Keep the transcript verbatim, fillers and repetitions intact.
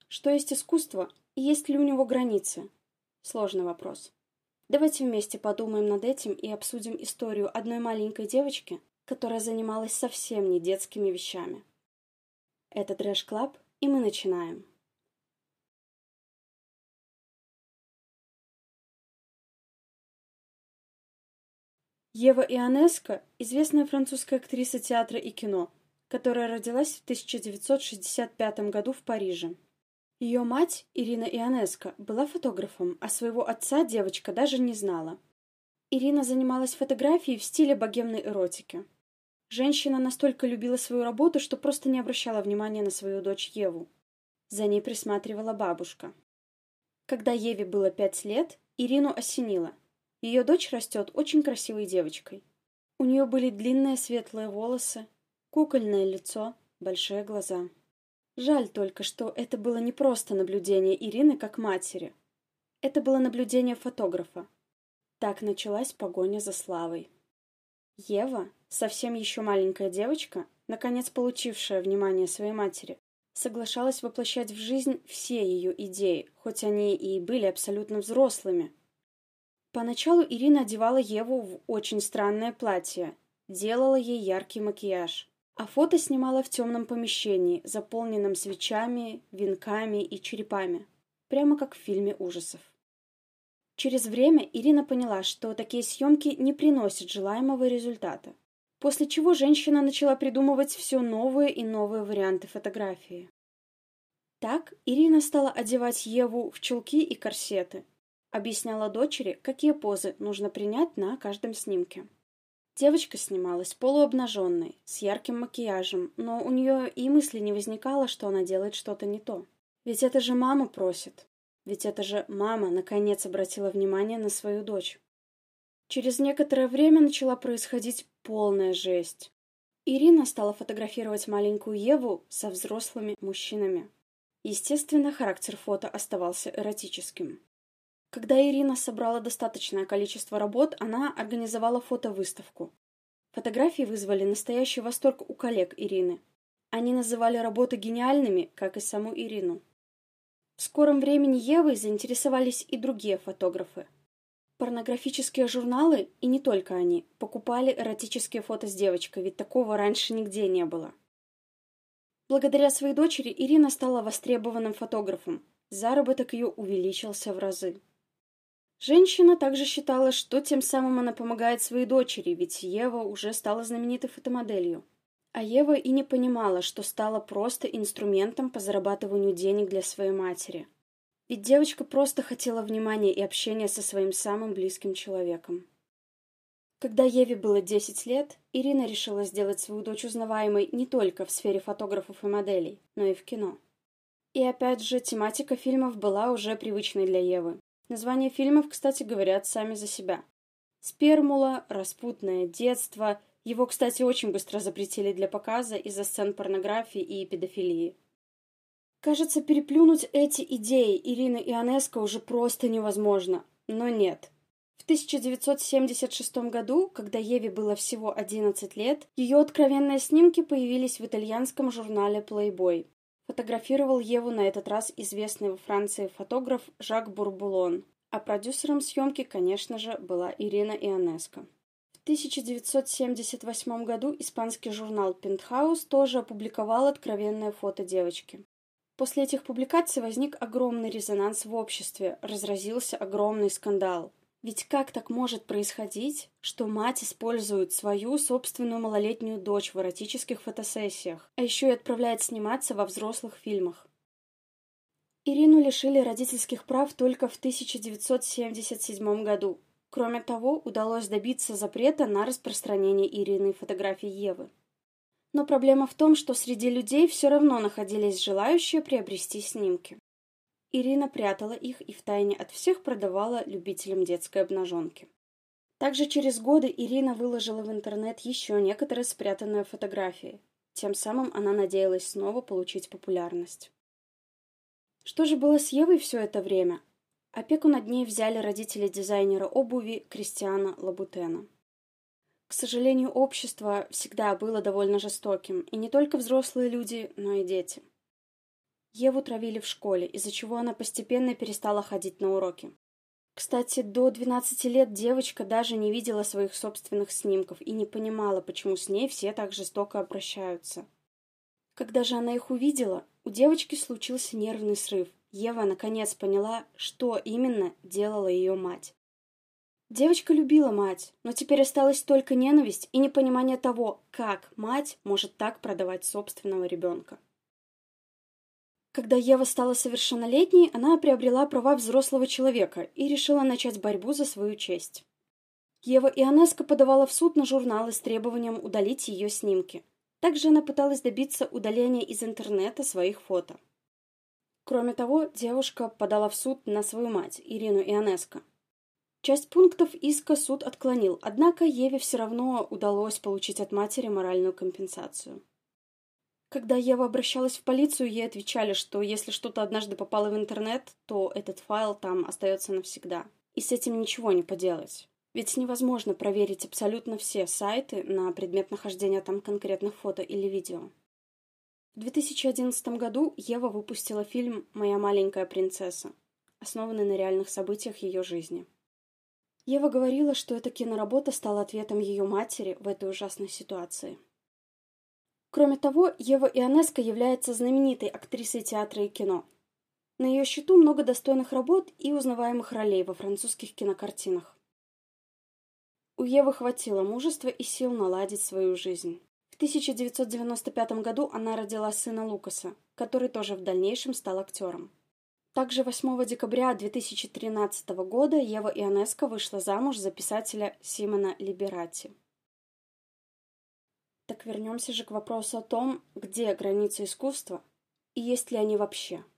Что есть искусство и есть ли у него границы? Сложный вопрос. Давайте вместе подумаем над этим и обсудим историю одной маленькой девочки, которая занималась совсем не детскими вещами. Это Трэш Клаб, и мы начинаем. Ева Ионеско – известная французская актриса театра и кино, которая родилась в тысяча девятьсот шестьдесят пятом году в Париже. Ее мать, Ирина Ионеско, была фотографом, а своего отца девочка даже не знала. Ирина занималась фотографией в стиле богемной эротики. Женщина настолько любила свою работу, что просто не обращала внимания на свою дочь Еву. За ней присматривала бабушка. Когда Еве было пять лет, Ирину осенило. Ее дочь растет очень красивой девочкой. У нее были длинные светлые волосы, кукольное лицо, большие глаза. Жаль только, что это было не просто наблюдение Ирины как матери. Это было наблюдение фотографа. Так началась погоня за славой. Ева, совсем еще маленькая девочка, наконец получившая внимание своей матери, соглашалась воплощать в жизнь все ее идеи, хоть они и были абсолютно взрослыми. Поначалу Ирина одевала Еву в очень странное платье, делала ей яркий макияж, а фото снимала в темном помещении, заполненном свечами, венками и черепами, прямо как в фильме ужасов. Через время Ирина поняла, что такие съемки не приносят желаемого результата, после чего женщина начала придумывать все новые и новые варианты фотографии. Так Ирина стала одевать Еву в чулки и корсеты, объясняла дочери, какие позы нужно принять на каждом снимке. Девочка снималась полуобнаженной, с ярким макияжем, но у нее и мысли не возникало, что она делает что-то не то. Ведь это же мама просит. Ведь это же мама наконец обратила внимание на свою дочь. Через некоторое время начала происходить полная жесть. Ирина стала фотографировать маленькую Еву со взрослыми мужчинами. Естественно, характер фото оставался эротическим. Когда Ирина собрала достаточное количество работ, она организовала фотовыставку. Фотографии вызвали настоящий восторг у коллег Ирины. Они называли работы гениальными, как и саму Ирину. В скором времени Евой заинтересовались и другие фотографы. Порнографические журналы, и не только они, покупали эротические фото с девочкой, ведь такого раньше нигде не было. Благодаря своей дочери Ирина стала востребованным фотографом. Заработок ее увеличился в разы. Женщина также считала, что тем самым она помогает своей дочери, ведь Ева уже стала знаменитой фотомоделью. А Ева и не понимала, что стала просто инструментом по зарабатыванию денег для своей матери. Ведь девочка просто хотела внимания и общения со своим самым близким человеком. Когда Еве было десять лет, Ирина решила сделать свою дочь узнаваемой не только в сфере фотографов и моделей, но и в кино. И опять же, тематика фильмов была уже привычной для Евы. Названия фильмов, кстати, говорят сами за себя. «Спермула», «Распутное детство». Его, кстати, очень быстро запретили для показа из-за сцен порнографии и педофилии. Кажется, переплюнуть эти идеи Ирины Ионеско уже просто невозможно. Но нет. В тысяча девятьсот семьдесят шестом году, когда Еве было всего одиннадцать лет, ее откровенные снимки появились в итальянском журнале Playboy. Фотографировал Еву на этот раз известный во Франции фотограф Жак Бурбулон, а продюсером съемки, конечно же, была Ирина Ионеско. В тысяча девятьсот семьдесят восьмом году испанский журнал Penthouse тоже опубликовал откровенное фото девочки. После этих публикаций возник огромный резонанс в обществе, разразился огромный скандал. Ведь как так может происходить, что мать использует свою собственную малолетнюю дочь в эротических фотосессиях, а еще и отправляет сниматься во взрослых фильмах? Ирину лишили родительских прав только в тысяча девятьсот семьдесят седьмом году. Кроме того, удалось добиться запрета на распространение Ирины фотографий Евы. Но проблема в том, что среди людей все равно находились желающие приобрести снимки. Ирина прятала их и втайне от всех продавала любителям детской обнаженки. Также через годы Ирина выложила в интернет еще некоторые спрятанные фотографии. Тем самым она надеялась снова получить популярность. Что же было с Евой все это время? Опеку над ней взяли родители дизайнера обуви Кристиана Лабутена. К сожалению, общество всегда было довольно жестоким, и не только взрослые люди, но и дети. Еву травили в школе, из-за чего она постепенно перестала ходить на уроки. Кстати, до двенадцати лет девочка даже не видела своих собственных снимков и не понимала, почему с ней все так жестоко обращаются. Когда же она их увидела, у девочки случился нервный срыв. Ева наконец поняла, что именно делала ее мать. Девочка любила мать, но теперь осталась только ненависть и непонимание того, как мать может так продавать собственного ребенка. Когда Ева стала совершеннолетней, она приобрела права взрослого человека и решила начать борьбу за свою честь. Ева Ионеско подавала в суд на журналы с требованием удалить ее снимки. Также она пыталась добиться удаления из интернета своих фото. Кроме того, девушка подала в суд на свою мать, Ирину Ионеско. Часть пунктов иска суд отклонил, однако Еве все равно удалось получить от матери моральную компенсацию. Когда Ева обращалась в полицию, ей отвечали, что если что-то однажды попало в интернет, то этот файл там остается навсегда. И с этим ничего не поделать. Ведь невозможно проверить абсолютно все сайты на предмет нахождения там конкретных фото или видео. В две тысячи одиннадцатом году Ева выпустила фильм «Моя маленькая принцесса», основанный на реальных событиях ее жизни. Ева говорила, что эта киноработа стала ответом ее матери в этой ужасной ситуации. Кроме того, Ева Ионеско является знаменитой актрисой театра и кино. На ее счету много достойных работ и узнаваемых ролей во французских кинокартинах. У Евы хватило мужества и сил наладить свою жизнь. В тысяча девятьсот девяносто пятом году она родила сына Лукаса, который тоже в дальнейшем стал актером. Также восьмого декабря две тысячи тринадцатого года Ева Ионеско вышла замуж за писателя Симона Либерати. Так вернемся же к вопросу о том, где границы искусства и есть ли они вообще.